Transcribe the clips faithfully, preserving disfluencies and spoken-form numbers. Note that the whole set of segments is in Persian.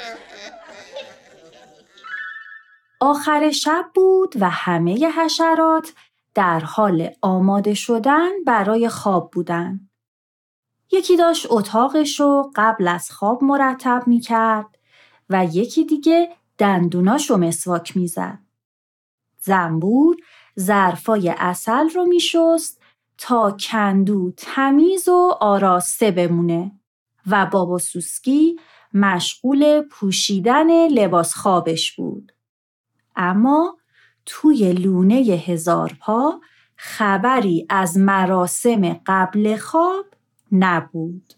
آخر شب بود و همه حشرات در حال آماده شدن برای خواب بودن. یکی داشت اتاقشو قبل از خواب مرتب می کرد و یکی دیگه دندوناشو مسواک می زد. زنبور ظرفای عسل رو می شست تا کندو تمیز و آراسته بمونه و بابا سوسکی مشغول پوشیدن لباس خوابش بود. اما توی لونه هزار پا خبری از مراسم قبل خواب نبود.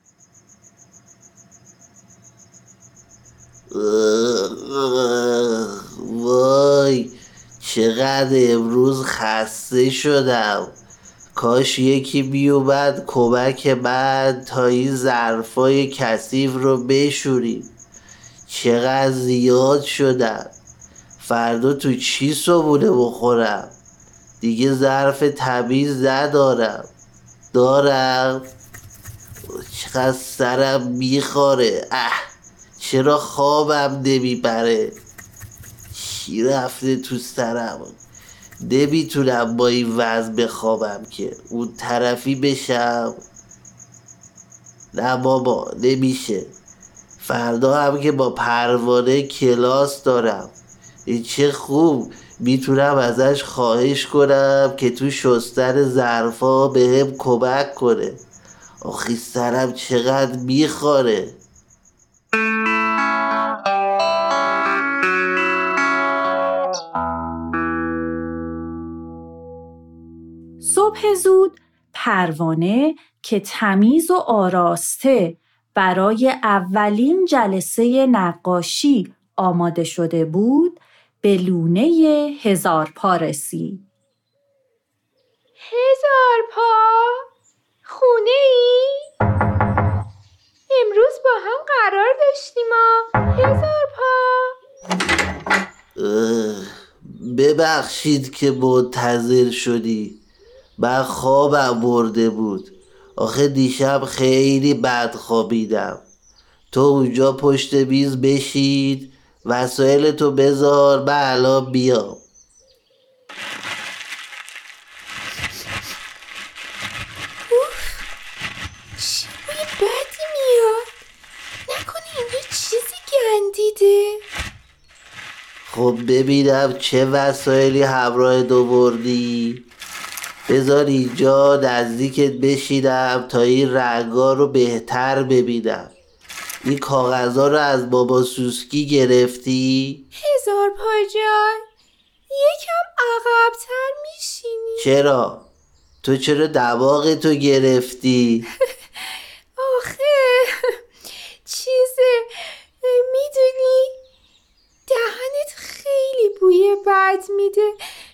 وای چقدر امروز خسته شدم. کاش یکی بیومد کمک من تا این ظرفای کثیف رو بشوریم. چقدر زیاد شدن. فردا تو چی صبحونه بخورم؟ دیگه ظرف تمیز ندارم. دارم؟ چقدر سرم میخوره. اه چرا خوابم نمیبره؟ چی رفته تو سرم؟ نمیتونم با این وضع بخوابم که اون طرفی بشم. نه بابا نمیشه. فردا هم که با پروانه کلاس دارم. این چه خوب میتونم ازش خواهش کنم که تو شستن ظرفا بهم کمک کنه. آخی سرم چقدر میخوره. صبح زود پروانه که تمیز و آراسته برای اولین جلسه نقاشی آماده شده بود به لونه هزار پا رسید. هزار پا؟ خونه ای؟ امروز با هم قرار داشتیم آ هزار پا. ببخشید که منتظر شدی. من خوابم برده بود. آخه دیشب خیلی بد خوابیدم. تو اونجا پشت میز بشید، وسایل تو بذار من الان بیام. چی بوی بدی میاد؟ نکنه اینجا چیزی گندیده؟ خب ببینم چه وسایلی همراه دو بردی. بذار اینجا نزدیکت بشینم تا این رنگا رو بهتر ببینم. این کاغذها رو از بابا سوسکی گرفتی؟ هزار پا جان یکم عقب‌تر میشینی؟ چرا؟ تو چرا دماغ تو گرفتی؟ آخه چیزه میدونی دهنت خیلی بوی بد میده.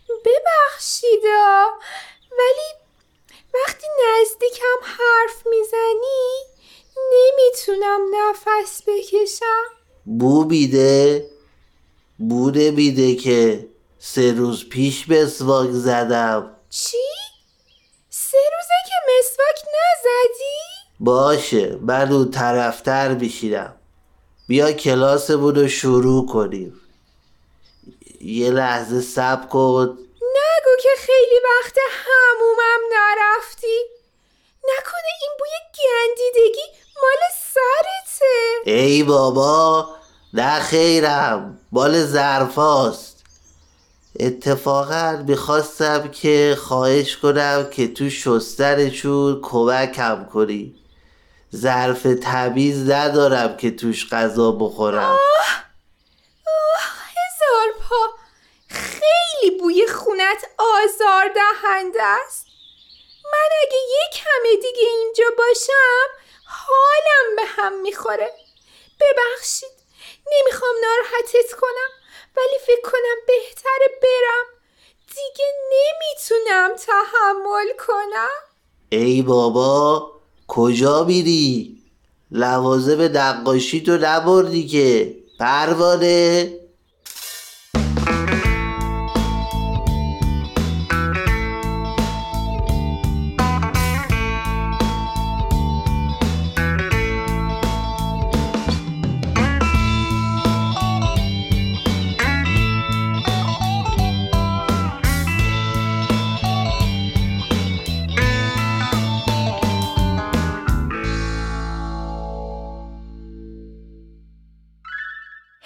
ببخشیدا ولی وقتی نزدیکم حرف میزنی نمیتونم نفس بکشم. بو میده؟ بو نمیده که سه روز پیش مسواک زدم. چی؟ سه روزه که مسواک نزدی؟ باشه من اون طرفتر میشینم. بیا کلاسمون رو شروع کنیم. یه لحظه صبر کن. نگو که خیلی وقت حمومم نرفتی. نکنه این بوی گندیدگی مال سرته؟ ای بابا نه خیرم، مال ظرفاست. اتفاقا میخواستم که خواهش کنم که تو شستنشون کمکم کنی. ظرف تمیز ندارم که توش غذا بخورم. آه آه هزار پا خیلی بوی خونت آزار دهنده است. من اگه یک کمه دیگه اینجا باشم حالم به هم میخوره. ببخشید نمیخوام ناراحتت کنم ولی فکر کنم بهتره برم. دیگه نمیتونم تحمل کنم. ای بابا کجا میری؟ لوازم نقاشی تو نبردی که پروانه؟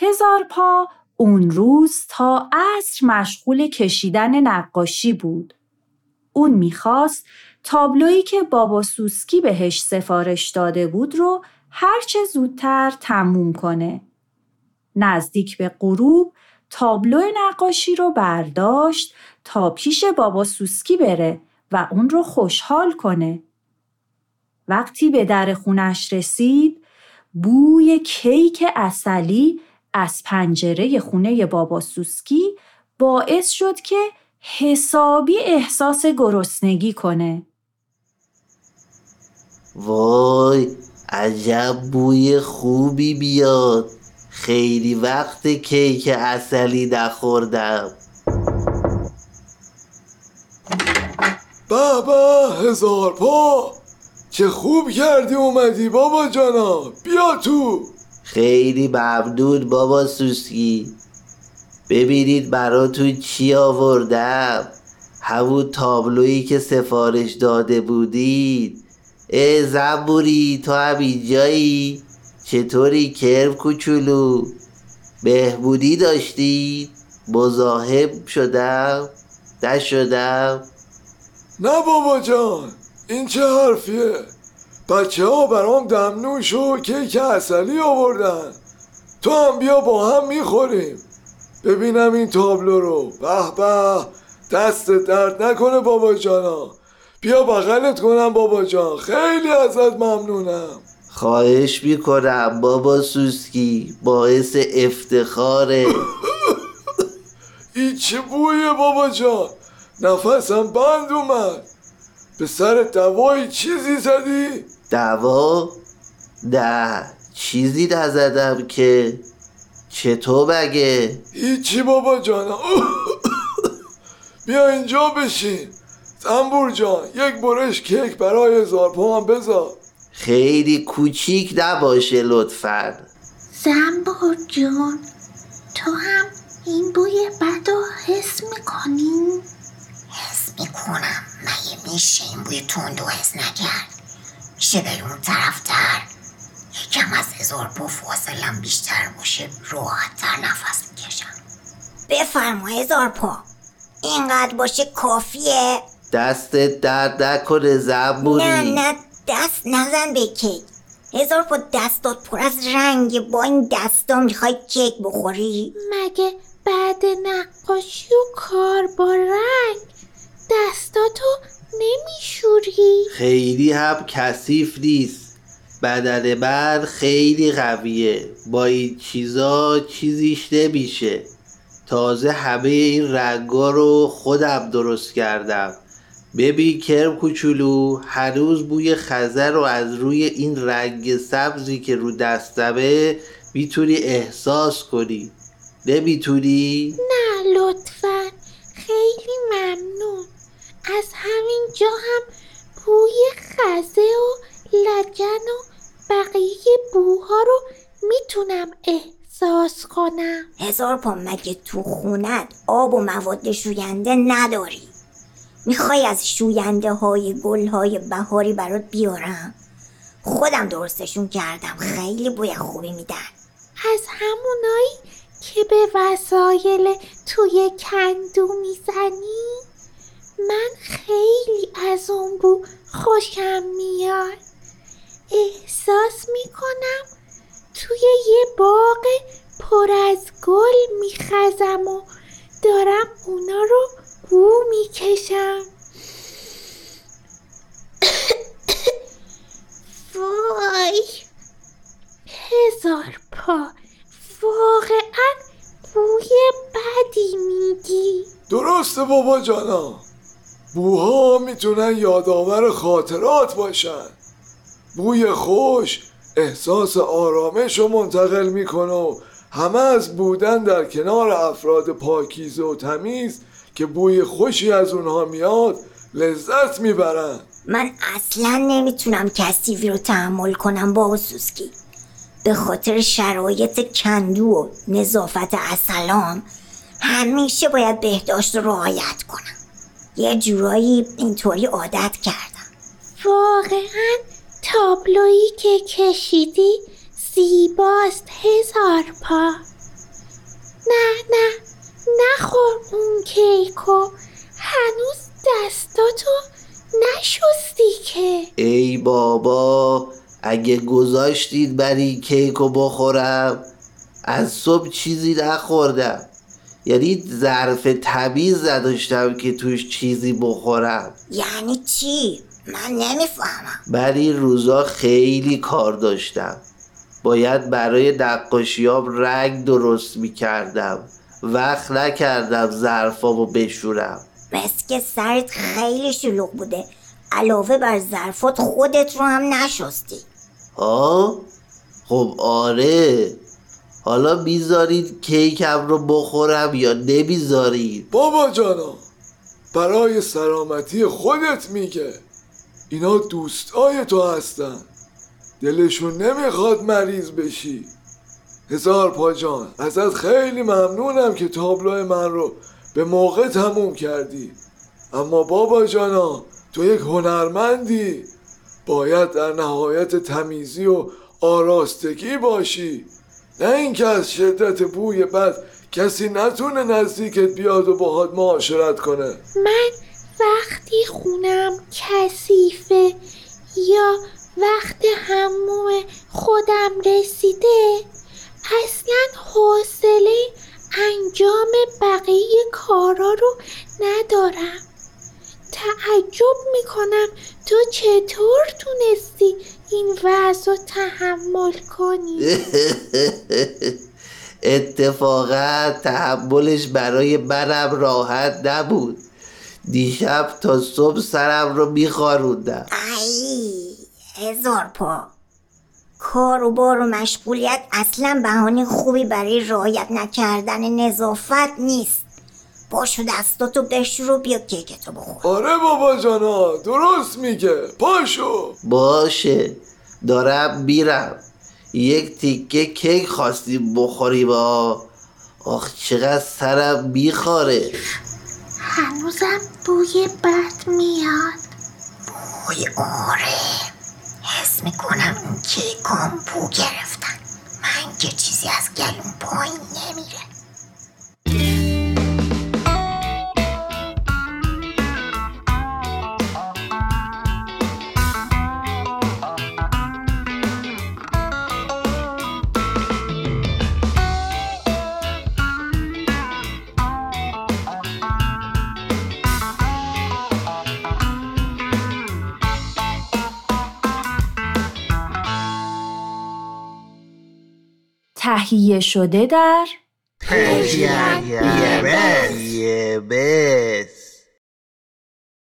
هزار پا اون روز تا عصر مشغول کشیدن نقاشی بود. اون میخواست تابلویی که بابا سوسکی بهش سفارش داده بود رو هرچه زودتر تموم کنه. نزدیک به غروب تابلو نقاشی رو برداشت تا پیش بابا سوسکی بره و اون رو خوشحال کنه. وقتی به در خونش رسید، بوی کیک عسلی از پنجره خونه بابا سوسکی باعث شد که حسابی احساس گرسنگی کنه. وای، عجب بوی خوبی بیاد. خیلی وقت کیک عسلی نخوردم. بابا هزار پا، چه خوب کردی اومدی بابا جانا، بیا تو. خیلی ممنون بابا سوسکی. ببینید براتون چی آوردم. همون تابلویی که سفارش داده بودید. ای زنبوری، تو هم اینجایی؟ چطوری کرم کوچولو؟ بهبودی داشتید؟ مزاحم شدم؟ نشدم؟ نه بابا جان، این چه حرفیه؟ بچه ها برام دمنوش و کیک عسلی آوردن. تو هم بیا با هم میخوریم. ببینم این تابلو رو. به به، دست درد نکنه بابا جانا. بیا بغلت کنم بابا جان، خیلی ازت ممنونم. خواهش میکنم بابا سوسکی، باعث افتخاره. این چه بویه بابا جان؟ نفسم بند اومد. به سر دوایی چیزی زدی؟ دوا؟ نه چیزی نزدم که. چطور مگه؟ هیچی بابا جان. بیا اینجا بشین. زنبور جان، یک برش کیک برای هزار پا هم بذار. خیلی کوچیک نباشه لطفاً. زنبور جون، تو هم این بوی بد رو حس میکنی؟ حس میکنم. مگه میشه این بوی تند و حس نکرد؟ میشه بریم اون طرفتر؟ یکم از هزار پا فاصلم بیشتر باشه راحت‌تر نفس میکشم. بفرما هزار پا، اینقدر باشه کافیه؟ دستت درد نکنه زنبوری. نه نه، دست نزن به کیک. هزار پا دستات پر از رنگه، با این دستا میخوای کیک بخوری؟ مگه بعد نقاشی و کار با رنگ دستاتو نمیشوری؟ خیلی هم کثیف نیست. بدن من خیلی قویه. با این چیزا چیزیش نمیشه. تازه همه این رنگا رو خودم درست کردم. ببین کرم کوچولو، هنوز بوی خزر رو از روی این رنگ سبزی که رو دستمه میتونی احساس کنی. نمیتونی؟ نه لطفاً، خیلی ممنون. از همین جا هم بوی خزه و لگن و بقیه بوها رو میتونم احساس کنم. هزار پا، مگه تو خونت آب و مواد شوینده نداری؟ میخوای از شوینده های گل های بهاری برات بیارم؟ خودم درستشون کردم، خیلی بوی خوبی میدن. از همونایی که به وسایل توی کندو میزنی؟ من خیلی از اون بو خوشم میاد. احساس میکنم توی یه باغ پر از گل میخزم و دارم اونا رو بو میکشم. وای هزار پا، واقعا بوی بدی میدی. درسته بابا جانا، بوها میتونن یادآور خاطرات باشن. بوی خوش احساس آرامش رو منتقل میکنه و همه از بودن در کنار افراد پاکیزه و تمیز که بوی خوشی از اونها میاد لذت میبرن. من اصلا نمیتونم کثیفی رو تحمل کنم بابا سوسکی. به خاطر شرایط کندو و نظافت عسلام همیشه باید بهداشت رو رعایت کنم. یه جورایی اینطوری عادت کردم. واقعا تابلویی که کشیدی زیباست هزار پا. نه نه نخور اون کیکو، هنوز دستاتو نشستی که. ای بابا اگه گذاشتید بری کیکو بخورم، از صبح چیزی نخوردم. یعنی ظرف تمیز نداشتم که توش چیزی بخورم. یعنی چی؟ من نمیفهمم. بری روزا خیلی کار داشتم. باید برای نقاشیام رنگ درست میکردم. وقت نکردم ظرفامو بشورم. مثل که سرت خیلی شلوغ بوده، علاوه بر ظرفات خودت رو هم نشستی. ها؟ خب آره. حالا میذارید کیکم رو بخورم یا نمیذارید؟ بابا جانا برای سلامتی خودت میگه. اینا دوستای تو هستن، دلشون نمیخواد مریض بشی. هزار پا جان ازت خیلی ممنونم که تابلو من رو به موقع تموم کردی. اما بابا جانا تو یک هنرمندی، باید در نهایت تمیزی و آراستگی باشی، نه اینکه از شدت بوی بد کسی نتونه نزدیکت بیاد و باهات معاشرت کنه. من وقتی خونم کثیفه یا وقت حموم خودم رسیده اصلا حوصله انجام بقیه کارا رو ندارم. تعجب میکنم تو چطور تونستی این وضع رو تحمل کنی؟ اتفاقا تحملش برای منم راحت نبود. دیشب تا صبح سرم رو میخاروندم. ای هزار پا، کار و بار و مشغولیت اصلا بهانه خوبی برای رعایت نکردن نظافت نیست. پاشو دستاتو بشور و بیا کیکتو بخور. آره بابا جانا درست میگه، پاشو. باشه دارم میرم. یک تیکه کیک خواستیم بخوریم. آخ چقدر سرم میخاره. هنوزم بوی بد میاد. بوی آره، حس میکنم این کیکام بو گرفتن. من که چیزی از گلوم پایین نمیره. تهیه شده در پرژین یه بس